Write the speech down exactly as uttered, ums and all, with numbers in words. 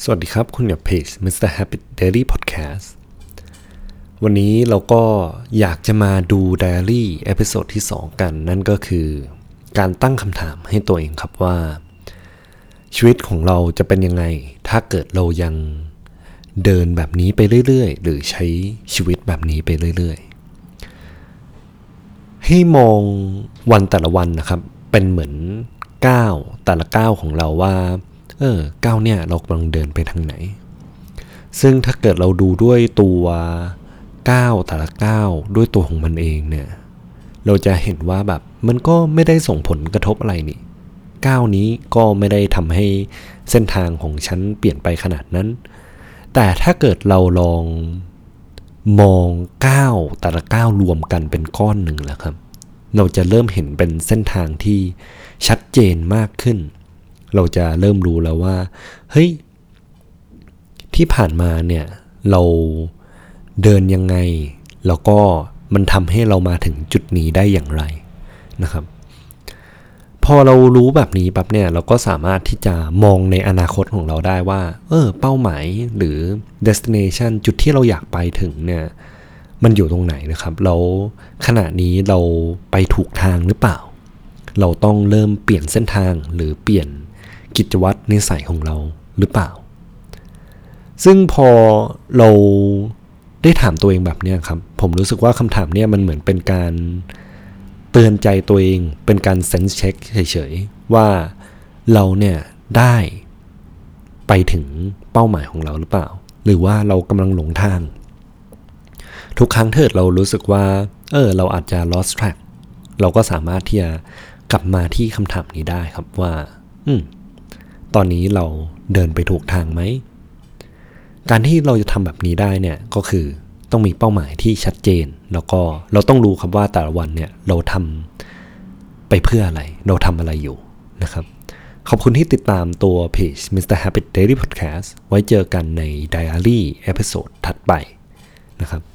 สวัสดีครับคุณอยู่กับเพจ มิสเตอร์ Habit Daily Podcast วันนี้เราก็อยากจะมาดู Diary เอพิโซดที่สองกันนั่นก็คือการตั้งคำถามให้ตัวเองครับว่าชีวิตของเราจะเป็นยังไงถ้าเกิดเรายังเดินแบบนี้ไปเรื่อยๆหรือใช้ชีวิตแบบนี้ไปเรื่อยๆให้มองวันแต่ละวันนะครับเป็นเหมือนก้าวแต่ละก้าวของเราว่าเออก้าวเนี่ยเรากำลังเดินไปทางไหนซึ่งถ้าเกิดเราดูด้วยตัวก้าวแต่ละก้าวด้วยตัวของมันเองเนี่ยเราจะเห็นว่าแบบมันก็ไม่ได้ส่งผลกระทบอะไรนี่ก้าวนี้ก็ไม่ได้ทำให้เส้นทางของฉันเปลี่ยนไปขนาดนั้นแต่ถ้าเกิดเราลองมองก้าวแต่ละก้าวรวมกันเป็นก้อนหนึ่งแล้วครับเราจะเริ่มเห็นเป็นเส้นทางที่ชัดเจนมากขึ้นเราจะเริ่มรู้แล้วว่าเฮ้ยที่ผ่านมาเนี่ยเราเดินยังไงแล้วก็มันทำให้เรามาถึงจุดนี้ได้อย่างไรนะครับพอเรารู้แบบนี้ปั๊บเนี่ยเราก็สามารถที่จะมองในอนาคตของเราได้ว่าเออเป้าหมายหรือ destination จุดที่เราอยากไปถึงเนี่ยมันอยู่ตรงไหนนะครับแล้วขณะนี้เราไปถูกทางหรือเปล่าเราต้องเริ่มเปลี่ยนเส้นทางหรือเปลี่ยนกิจวัตรนิสัยของเราหรือเปล่าซึ่งพอเราได้ถามตัวเองแบบนี้ครับผมรู้สึกว่าคำถามเนี่ยมันเหมือนเป็นการเตือนใจตัวเองเป็นการเซนส์เช็คเฉยๆว่าเราเนี่ยได้ไปถึงเป้าหมายของเราหรือเปล่าหรือว่าเรากำลังหลงทางทุกครั้งเถิดเรารู้สึกว่าเออเราอาจจะ lost track เราก็สามารถที่จะกลับมาที่คำถามนี้ได้ครับว่าอืมตอนนี้เราเดินไปถูกทางไหมการที่เราจะทำแบบนี้ได้เนี่ยก็คือต้องมีเป้าหมายที่ชัดเจนแล้วก็เราต้องรู้ครับว่าแต่ละวันเนี่ยเราทำไปเพื่ออะไรเราทำอะไรอยู่นะครับขอบคุณที่ติดตามตัวเพจ มิสเตอร์ Habit Daily Podcast ไว้เจอกันใน Diary เอพิโซดถัดไปนะครับ